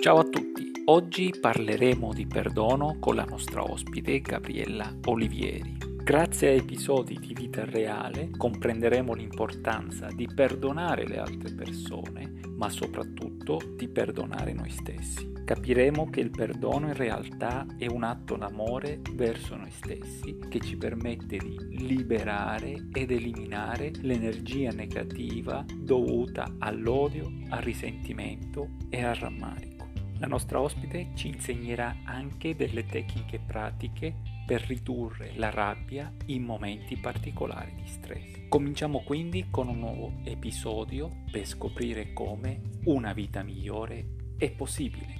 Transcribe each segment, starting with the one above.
Ciao a tutti, oggi parleremo di perdono con la nostra ospite Gabriella Olivieri. Grazie a episodi di vita reale comprenderemo l'importanza di perdonare le altre persone, ma soprattutto di perdonare noi stessi. Capiremo che il perdono in realtà è un atto d'amore verso noi stessi che ci permette di liberare ed eliminare l'energia negativa dovuta all'odio, al risentimento e al rammarico. La nostra ospite ci insegnerà anche delle tecniche pratiche per ridurre la rabbia in momenti particolari di stress. Cominciamo quindi con un nuovo episodio per scoprire come una vita migliore è possibile.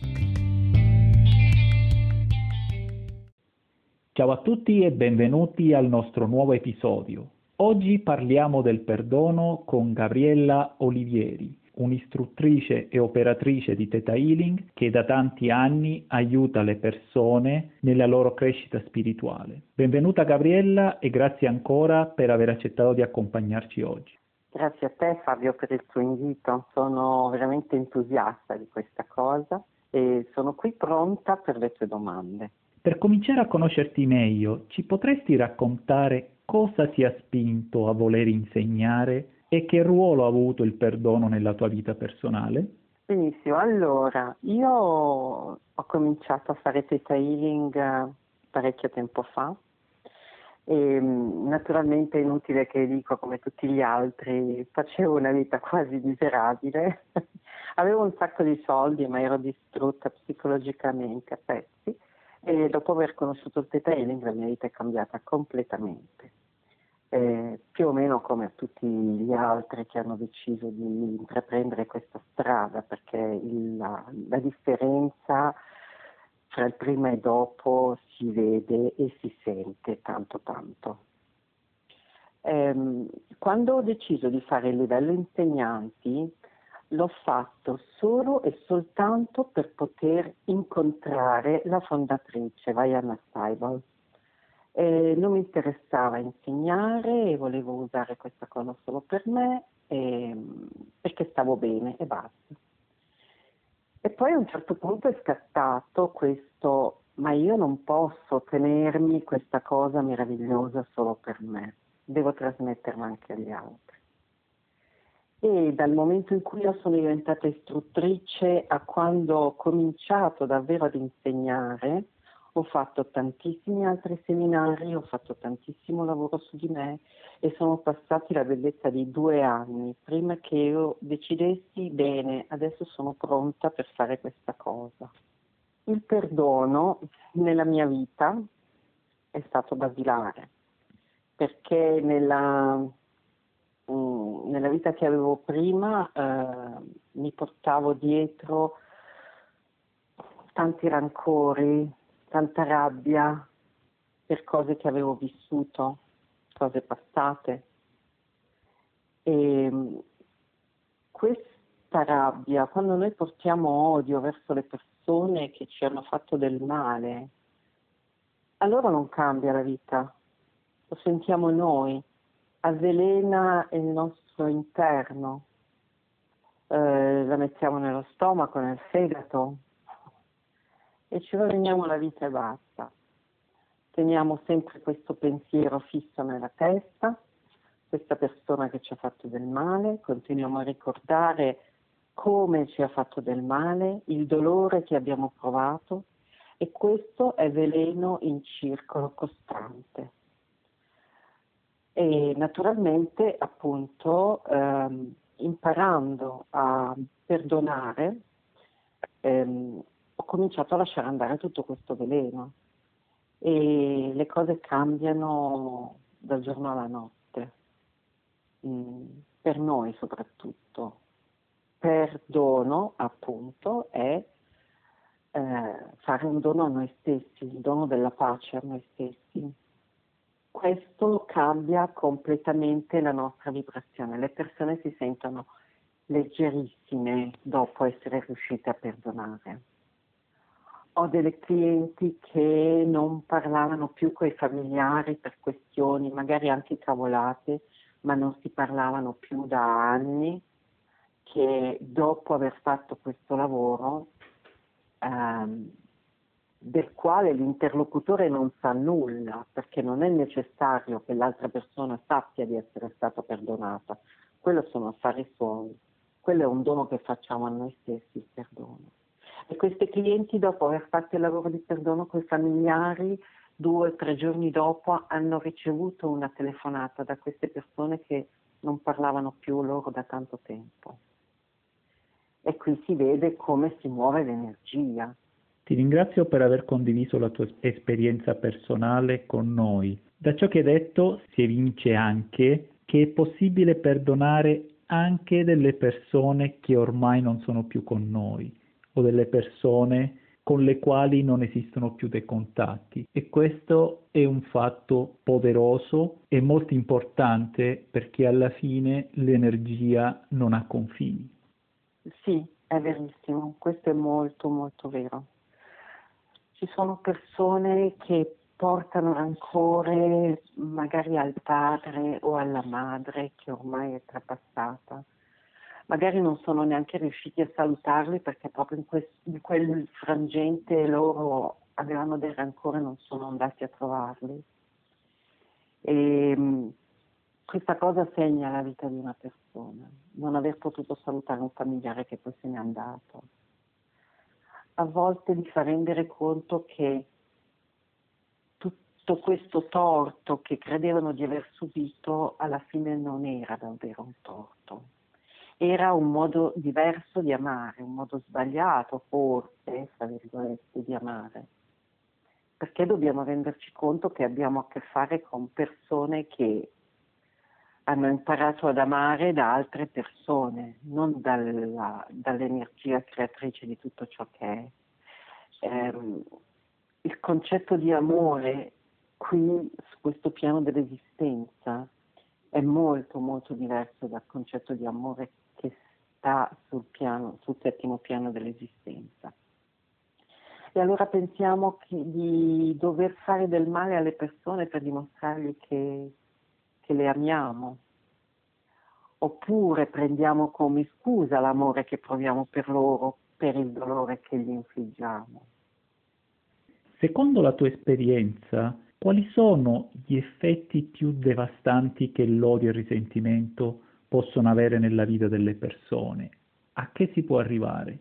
Ciao a tutti e benvenuti al nostro nuovo episodio. Oggi parliamo del perdono con Gabriella Olivieri, un'istruttrice e operatrice di Theta Healing che da tanti anni aiuta le persone nella loro crescita spirituale. Benvenuta Gabriella e grazie ancora per aver accettato di accompagnarci oggi. Grazie a te Fabio per il tuo invito, sono veramente entusiasta di questa cosa e sono qui pronta per le tue domande. Per cominciare a conoscerti meglio, ci potresti raccontare cosa ti ha spinto a voler insegnare e che ruolo ha avuto il perdono nella tua vita personale? Benissimo, allora, io ho cominciato a fare Theta Healing parecchio tempo fa e naturalmente è inutile che dico come tutti gli altri, facevo una vita quasi miserabile, avevo un sacco di soldi ma ero distrutta psicologicamente a pezzi e dopo aver conosciuto il Theta Healing la mia vita è cambiata completamente. Più o meno come a tutti gli altri che hanno deciso di intraprendere questa strada, perché la differenza fra il prima e dopo si vede e si sente tanto. Quando ho deciso di fare il livello insegnanti, l'ho fatto solo e soltanto per poter incontrare la fondatrice, Vaiana Stibal. Non mi interessava insegnare e volevo usare questa cosa solo per me perché stavo bene e basta. E poi a un certo punto è scattato questo, ma io non posso tenermi questa cosa meravigliosa solo per me, devo trasmetterla anche agli altri. E dal momento in cui io sono diventata istruttrice a quando ho cominciato davvero ad insegnare, ho fatto tantissimi altri seminari, ho fatto tantissimo lavoro su di me e sono passati la bellezza di 2 anni prima che io decidessi bene, adesso sono pronta per fare questa cosa. Il perdono nella mia vita è stato basilare, perché nella vita che avevo prima mi portavo dietro tanti rancori, tanta rabbia per cose che avevo vissuto, cose passate. E questa rabbia, quando noi portiamo odio verso le persone che ci hanno fatto del male, allora non cambia la vita, lo sentiamo noi, avvelena il nostro interno, la mettiamo nello stomaco, nel fegato e ci roviniamo la vita e basta. Teniamo sempre questo pensiero fisso nella testa, questa persona che ci ha fatto del male, continuiamo a ricordare come ci ha fatto del male, il dolore che abbiamo provato e questo è veleno in circolo costante. E naturalmente appunto imparando a perdonare ho cominciato a lasciare andare tutto questo veleno e le cose cambiano dal giorno alla notte, per noi soprattutto. Perdono appunto è fare un dono a noi stessi, il dono della pace a noi stessi. Questo cambia completamente la nostra vibrazione, le persone si sentono leggerissime dopo essere riuscite a perdonare. Ho delle clienti che non parlavano più coi familiari per questioni, magari anche cavolate, ma non si parlavano più da anni, che dopo aver fatto questo lavoro del quale l'interlocutore non sa nulla, perché non è necessario che l'altra persona sappia di essere stata perdonata. Quello sono affari suoi, quello è un dono che facciamo a noi stessi, il perdono. E questi clienti, dopo aver fatto il lavoro di perdono con i familiari, 2 o 3 giorni dopo hanno ricevuto una telefonata da queste persone che non parlavano più loro da tanto tempo. E qui si vede come si muove l'energia. Ti ringrazio per aver condiviso la tua esperienza personale con noi. Da ciò che hai detto si evince anche che è possibile perdonare anche delle persone che ormai non sono più con noi o delle persone con le quali non esistono più dei contatti, e questo è un fatto poderoso e molto importante, perché alla fine l'energia non ha confini. Sì, è verissimo, questo è molto molto vero. Ci sono persone che portano rancore magari al padre o alla madre che ormai è trapassata. Magari non sono neanche riusciti a salutarli perché proprio in quel frangente loro avevano del rancore e non sono andati a trovarli. E questa cosa segna la vita di una persona, non aver potuto salutare un familiare che poi se n'è andato. A volte mi fa rendere conto che tutto questo torto che credevano di aver subito alla fine non era davvero un torto. Era un modo diverso di amare, un modo sbagliato forse, tra virgolette, di amare. Perché dobbiamo renderci conto che abbiamo a che fare con persone che hanno imparato ad amare da altre persone, non dall'energia creatrice di tutto ciò che è. Il concetto di amore qui su questo piano dell'esistenza è molto molto diverso dal concetto di amore che sta sul settimo piano dell'esistenza. E allora pensiamo di dover fare del male alle persone per dimostrargli che le amiamo, oppure prendiamo come scusa l'amore che proviamo per loro per il dolore che gli infliggiamo. Secondo la tua esperienza, quali sono gli effetti più devastanti che l'odio e il risentimento possono avere nella vita delle persone? A che si può arrivare?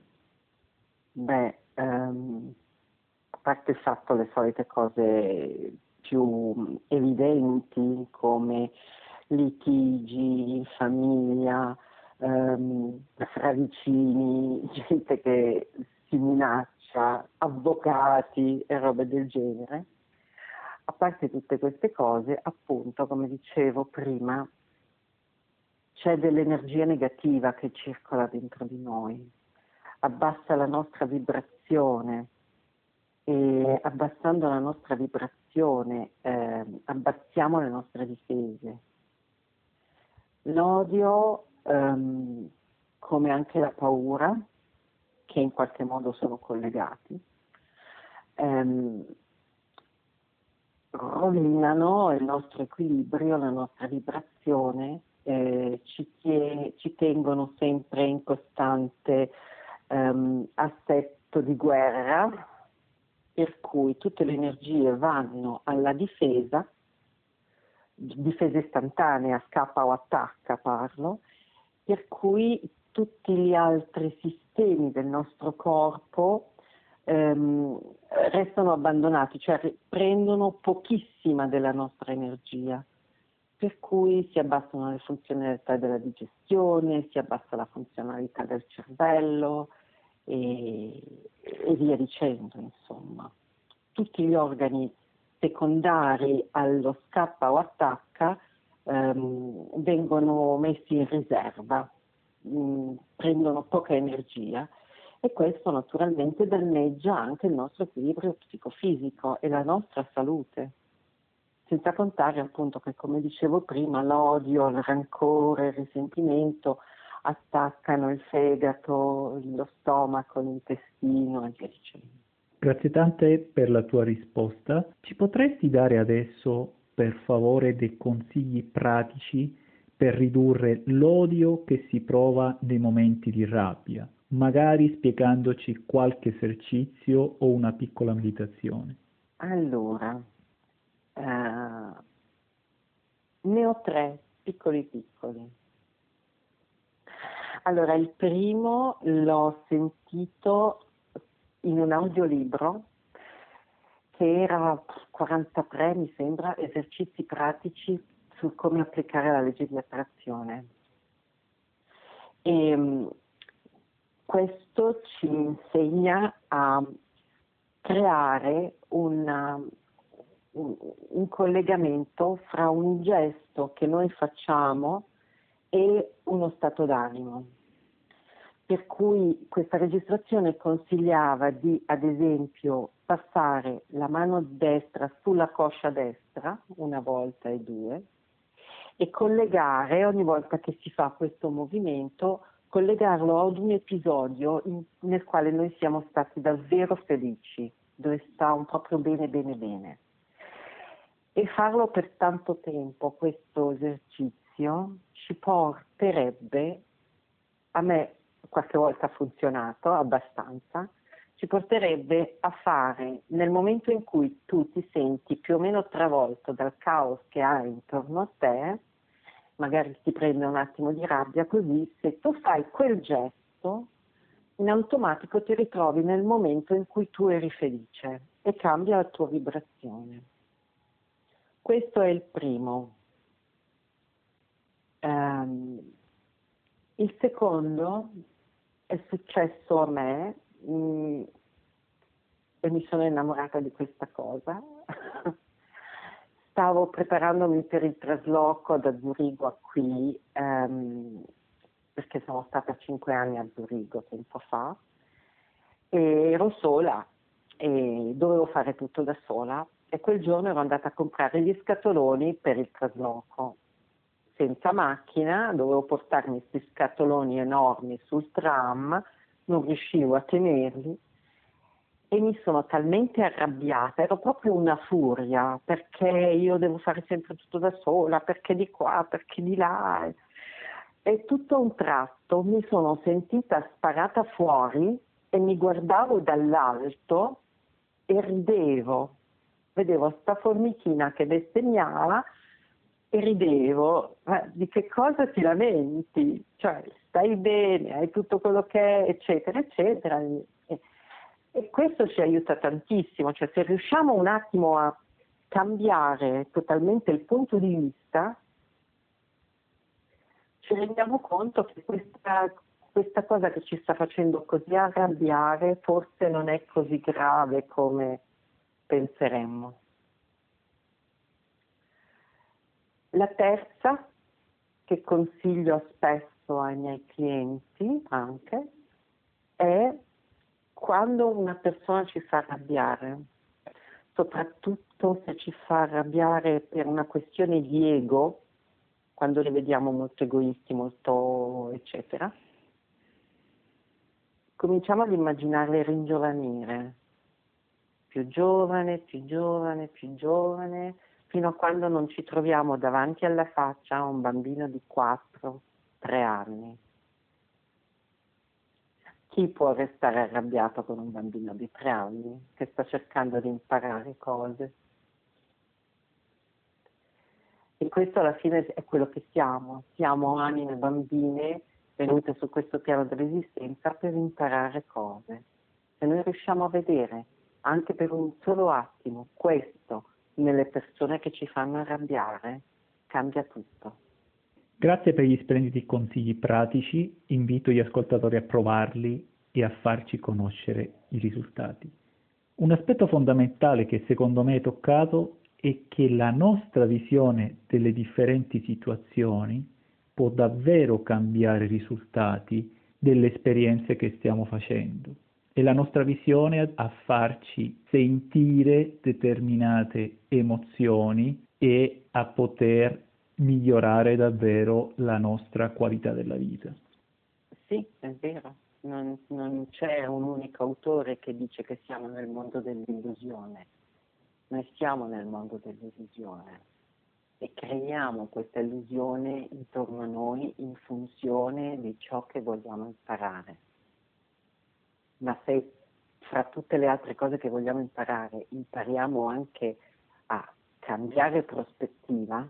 A parte il fatto, le solite cose più evidenti come litigi in famiglia, fra vicini, gente che si minaccia, avvocati e robe del genere. A parte tutte queste cose, appunto, come dicevo prima, c'è dell'energia negativa che circola dentro di noi, abbassa la nostra vibrazione, e abbassando la nostra vibrazione abbassiamo le nostre difese. L'odio, come anche la paura, che in qualche modo sono collegati, rovinano il nostro equilibrio, la nostra vibrazione, ci tengono sempre in costante assetto di guerra, per cui tutte le energie vanno alla difesa istantanea, scappa o attacca parlo, per cui tutti gli altri sistemi del nostro corpo restano abbandonati, cioè prendono pochissima della nostra energia, per cui si abbassano le funzionalità della digestione, si abbassa la funzionalità del cervello e via dicendo, insomma. Tutti gli organi secondari allo scappa o attacca vengono messi in riserva, prendono poca energia, e questo naturalmente danneggia anche il nostro equilibrio psicofisico e la nostra salute. Senza contare appunto che, come dicevo prima, l'odio, il rancore, il risentimento attaccano il fegato, lo stomaco, l'intestino e via dicendo. Grazie tante per la tua risposta. Ci potresti dare adesso, per favore, dei consigli pratici per ridurre l'odio che si prova nei momenti di rabbia? magari spiegandoci qualche esercizio o una piccola meditazione. Allora, ne ho tre, piccoli. Allora, il primo l'ho sentito in un audiolibro che era 43, mi sembra, esercizi pratici su come applicare la legge di attrazione. E questo ci insegna a creare un collegamento fra un gesto che noi facciamo e uno stato d'animo. Per cui questa registrazione consigliava di, ad esempio, passare la mano destra sulla coscia destra, una volta e due, e collegare, ogni volta che si fa questo movimento, collegarlo ad un episodio nel quale noi siamo stati davvero felici, dove sta un proprio bene. E farlo per tanto tempo, questo esercizio, ci porterebbe, a me qualche volta ha funzionato abbastanza, ci porterebbe a fare, nel momento in cui tu ti senti più o meno travolto dal caos che hai intorno a te, magari ti prende un attimo di rabbia, così se tu fai quel gesto, in automatico ti ritrovi nel momento in cui tu eri felice e cambia la tua vibrazione. Questo è il primo. Il secondo è successo a me e mi sono innamorata di questa cosa. Stavo preparandomi per il trasloco da Zurigo a qui, perché sono stata 5 anni a Zurigo tempo fa, e ero sola e dovevo fare tutto da sola, e quel giorno ero andata a comprare gli scatoloni per il trasloco. Senza macchina, dovevo portarmi questi scatoloni enormi sul tram, non riuscivo a tenerli e mi sono talmente arrabbiata, ero proprio una furia, perché io devo fare sempre tutto da sola, perché di qua, perché di là. E tutto a un tratto mi sono sentita sparata fuori e mi guardavo dall'alto e ridevo. Vedevo sta formichina che bestemmiava e ridevo. Ma di che cosa ti lamenti? Cioè, stai bene, hai tutto quello che è, eccetera, eccetera. E questo ci aiuta tantissimo, cioè se riusciamo un attimo a cambiare totalmente il punto di vista, ci rendiamo conto che questa cosa che ci sta facendo così arrabbiare forse non è così grave come penseremmo. La terza, che consiglio spesso ai miei clienti anche, è quando una persona ci fa arrabbiare, soprattutto se ci fa arrabbiare per una questione di ego, quando li vediamo molto egoisti, molto eccetera, cominciamo ad immaginarle ringiovanire, più giovane, fino a quando non ci troviamo davanti alla faccia un bambino di 4-3 anni. Chi può restare arrabbiato con un bambino di 3 anni che sta cercando di imparare cose? E questo alla fine è quello che siamo anime bambine venute su questo piano dell'esistenza per imparare cose. Se noi riusciamo a vedere anche per un solo attimo questo nelle persone che ci fanno arrabbiare, cambia tutto. Grazie per gli splendidi consigli pratici, invito gli ascoltatori a provarli e a farci conoscere i risultati. Un aspetto fondamentale che secondo me hai toccato è che la nostra visione delle differenti situazioni può davvero cambiare i risultati delle esperienze che stiamo facendo. È la nostra visione a farci sentire determinate emozioni e a poter migliorare davvero la nostra qualità della vita. Sì, è vero, non c'è un unico autore che dice che siamo nel mondo dell'illusione. Noi siamo nel mondo dell'illusione e creiamo questa illusione intorno a noi in funzione di ciò che vogliamo imparare. ma se fra tutte le altre cose che vogliamo imparare, impariamo anche a cambiare prospettiva,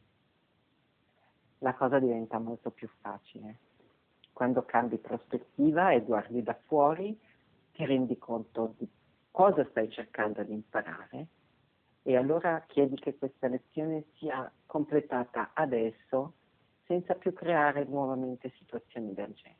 la cosa diventa molto più facile. Quando cambi prospettiva e guardi da fuori, ti rendi conto di cosa stai cercando di imparare e allora chiedi che questa lezione sia completata adesso, senza più creare nuovamente situazioni del genere.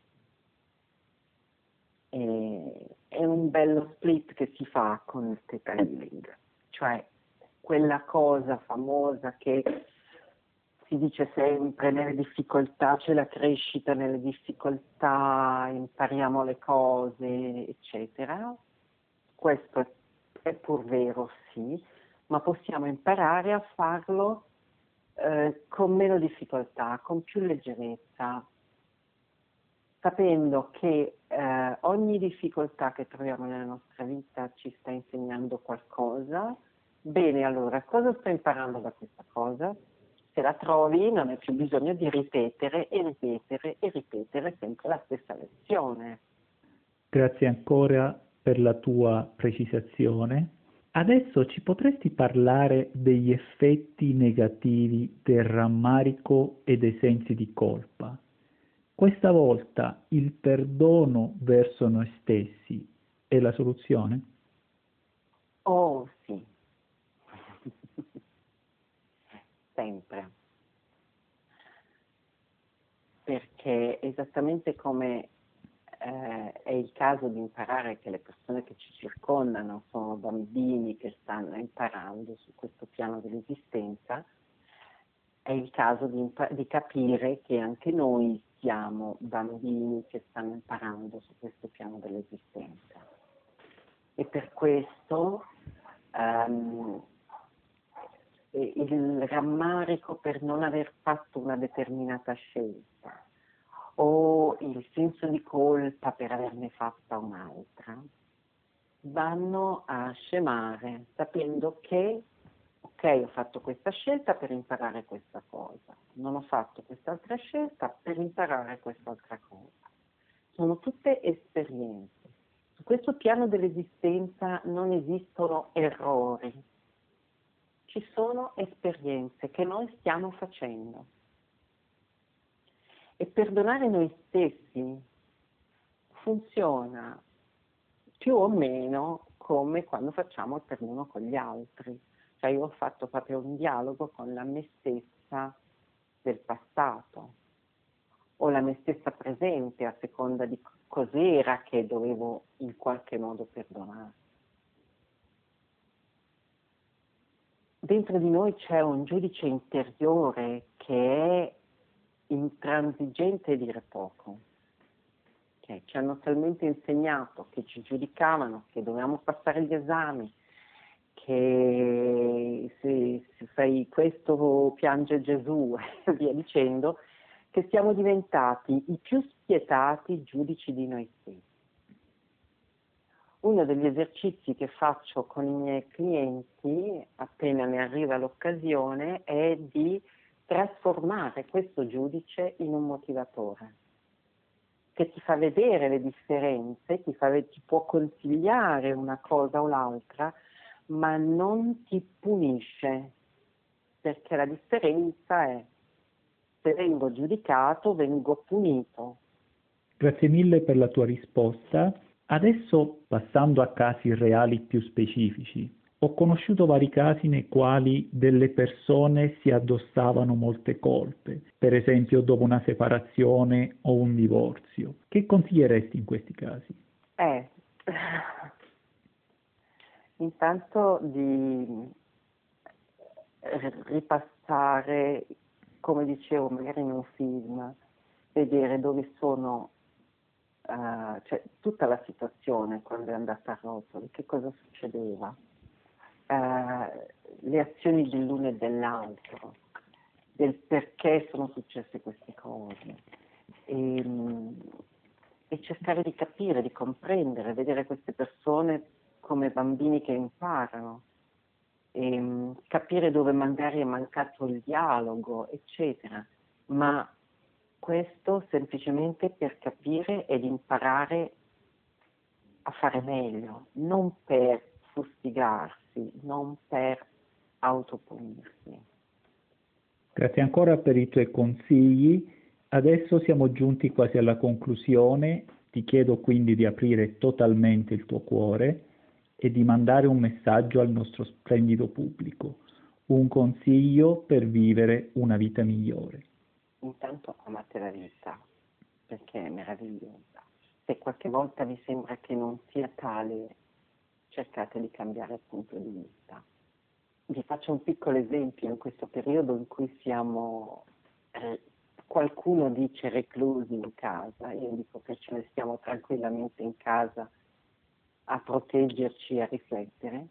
È un bello split che si fa con il Theta Healing, cioè quella cosa famosa che si dice sempre: nelle difficoltà c'è la crescita, nelle difficoltà impariamo le cose, eccetera. Questo è pur vero, sì, ma possiamo imparare a farlo con meno difficoltà, con più leggerezza, sapendo che ogni difficoltà che troviamo nella nostra vita ci sta insegnando qualcosa. Bene, allora, cosa sto imparando da questa cosa? Se la trovi non hai più bisogno di ripetere e ripetere e ripetere sempre la stessa lezione. Grazie ancora per la tua precisazione. Adesso ci potresti parlare degli effetti negativi del rammarico e dei sensi di colpa? Questa volta il perdono verso noi stessi è la soluzione? Oh sì, sempre. Perché esattamente come è il caso di imparare che le persone che ci circondano sono bambini che stanno imparando su questo piano dell'esistenza, è il caso di capire che anche noi siamo bambini che stanno imparando su questo piano dell'esistenza. E per questo il rammarico per non aver fatto una determinata scelta o il senso di colpa per averne fatta un'altra vanno a scemare, sapendo che ok, ho fatto questa scelta per imparare questa cosa, non ho fatto quest'altra scelta per imparare quest'altra cosa. Sono tutte esperienze. Su questo piano dell'esistenza non esistono errori, ci sono esperienze che noi stiamo facendo. E perdonare noi stessi funziona più o meno come quando facciamo il perdono con gli altri. Cioè io ho fatto proprio un dialogo con la me stessa del passato o la me stessa presente, a seconda di cos'era che dovevo in qualche modo perdonare. Dentro di noi c'è un giudice interiore che è intransigente a dire poco. Ci hanno talmente insegnato che ci giudicavano, che dovevamo passare gli esami, che se fai questo piange Gesù e via dicendo, che siamo diventati i più spietati giudici di noi stessi. Uno degli esercizi che faccio con i miei clienti, appena ne arriva l'occasione, è di trasformare questo giudice in un motivatore, che ti fa vedere le differenze, ti può consigliare una cosa o l'altra, ma non ti punisce, perché la differenza è: se vengo giudicato, vengo punito. Grazie mille per la tua risposta. Adesso, passando a casi reali più specifici, ho conosciuto vari casi nei quali delle persone si addossavano molte colpe, per esempio dopo una separazione o un divorzio. Che consiglieresti in questi casi? Intanto di ripassare, come dicevo, magari in un film, vedere dove sono, cioè tutta la situazione quando è andata a rotoli, che cosa succedeva, le azioni dell'uno e dell'altro, del perché sono successe queste cose, e cercare di capire, di comprendere, vedere queste persone come bambini che imparano, capire dove magari è mancato il dialogo, eccetera, ma questo semplicemente per capire ed imparare a fare meglio, non per fustigarsi, non per autopunirsi. Grazie ancora per i tuoi consigli. Adesso siamo giunti quasi alla conclusione. Ti chiedo quindi di aprire totalmente il tuo cuore e di mandare un messaggio al nostro splendido pubblico, un consiglio per vivere una vita migliore. Intanto amate la vita, perché è meravigliosa. Se qualche volta vi sembra che non sia tale, cercate di cambiare punto di vista. Vi faccio un piccolo esempio in questo periodo in cui siamo, qualcuno dice reclusi in casa, io dico che ce ne stiamo tranquillamente in casa a proteggerci, a riflettere.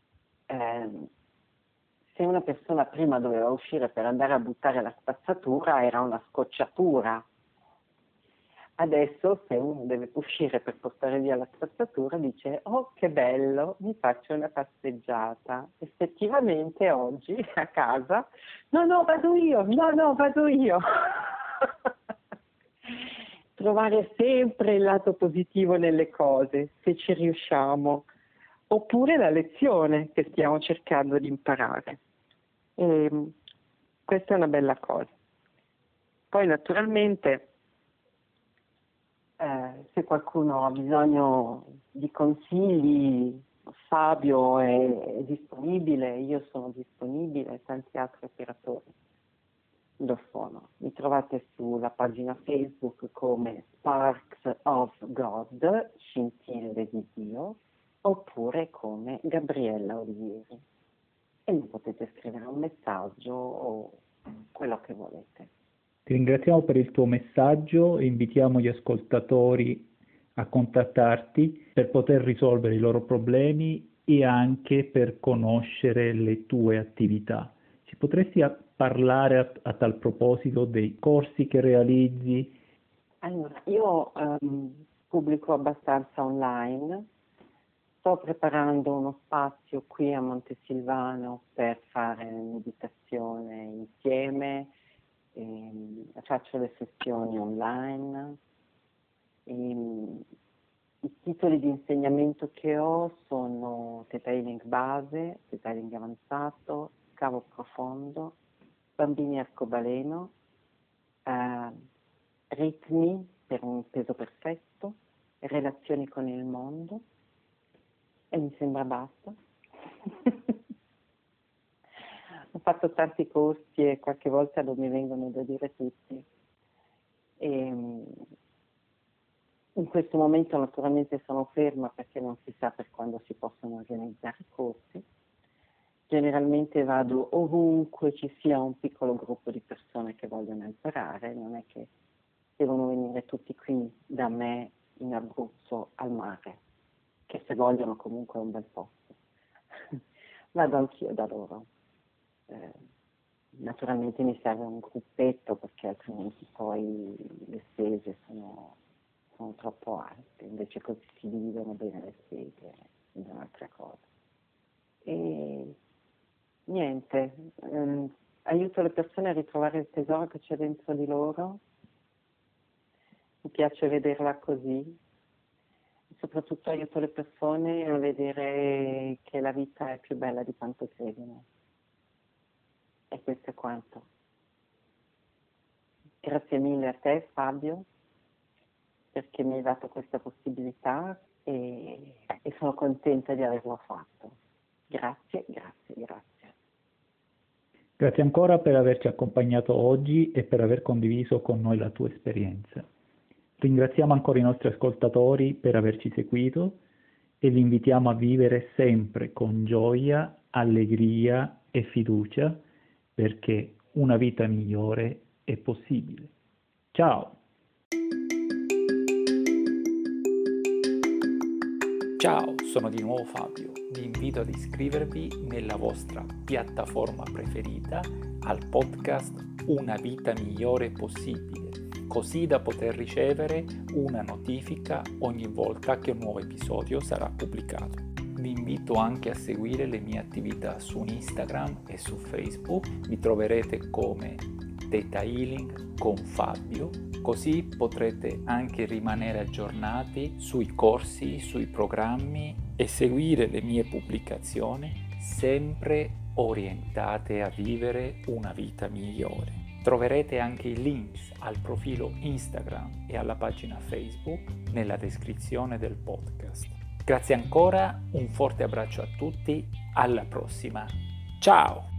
Se una persona prima doveva uscire per andare a buttare la spazzatura era una scocciatura. Adesso se uno deve uscire per portare via la spazzatura dice oh che bello, mi faccio una passeggiata. Effettivamente oggi a casa no vado io. Trovare sempre il lato positivo nelle cose, se ci riusciamo, oppure la lezione che stiamo cercando di imparare. E questa è una bella cosa. Poi naturalmente se qualcuno ha bisogno di consigli, Fabio è disponibile, io sono disponibile e tanti altri operatori lo sono. Mi trovate sulla pagina Facebook come Sparks of God, scintille di Dio, oppure come Gabriella Olivieri. E mi potete scrivere un messaggio o quello che volete. Ti ringraziamo per il tuo messaggio e invitiamo gli ascoltatori a contattarti per poter risolvere i loro problemi e anche per conoscere le tue attività. Ci potresti parlare a tal proposito dei corsi che realizzi? Allora, io pubblico abbastanza online, sto preparando uno spazio qui a Montesilvano per fare meditazione insieme, faccio le sessioni online. I titoli di insegnamento che ho sono Theta Healing base, Theta Healing avanzato, Cavo profondo, Bambini arcobaleno, ritmi per un peso perfetto, relazioni con il mondo e mi sembra basta. Ho fatto tanti corsi e qualche volta non mi vengono da dire tutti. In questo momento naturalmente sono ferma perché non si sa per quando si possono organizzare corsi. Generalmente vado ovunque ci sia un piccolo gruppo di persone che vogliono imparare, non è che devono venire tutti qui da me in Abruzzo al mare, che se vogliono comunque è un bel posto. Vado anch'io da loro. Naturalmente mi serve un gruppetto perché altrimenti poi le spese sono troppo alte, invece così si dividono bene le spese ed è un'altra cosa. E niente, aiuto le persone a ritrovare il tesoro che c'è dentro di loro, mi piace vederla così, soprattutto aiuto le persone a vedere che la vita è più bella di quanto credono. E questo è quanto. Grazie mille a te Fabio perché mi hai dato questa possibilità e sono contenta di averlo fatto. Grazie. Grazie ancora per averci accompagnato oggi e per aver condiviso con noi la tua esperienza. Ringraziamo ancora i nostri ascoltatori per averci seguito e li invitiamo a vivere sempre con gioia, allegria e fiducia perché una vita migliore è possibile. Ciao! Ciao, sono di nuovo Fabio. Vi invito ad iscrivervi nella vostra piattaforma preferita al podcast Una vita migliore possibile, così da poter ricevere una notifica ogni volta che un nuovo episodio sarà pubblicato. Vi invito anche a seguire le mie attività su Instagram e su Facebook. Mi troverete come Theta Healing con Fabio, così potrete anche rimanere aggiornati sui corsi, sui programmi e seguire le mie pubblicazioni sempre orientate a vivere una vita migliore. Troverete anche i links al profilo Instagram e alla pagina Facebook nella descrizione del podcast. Grazie ancora, un forte abbraccio a tutti, alla prossima. Ciao!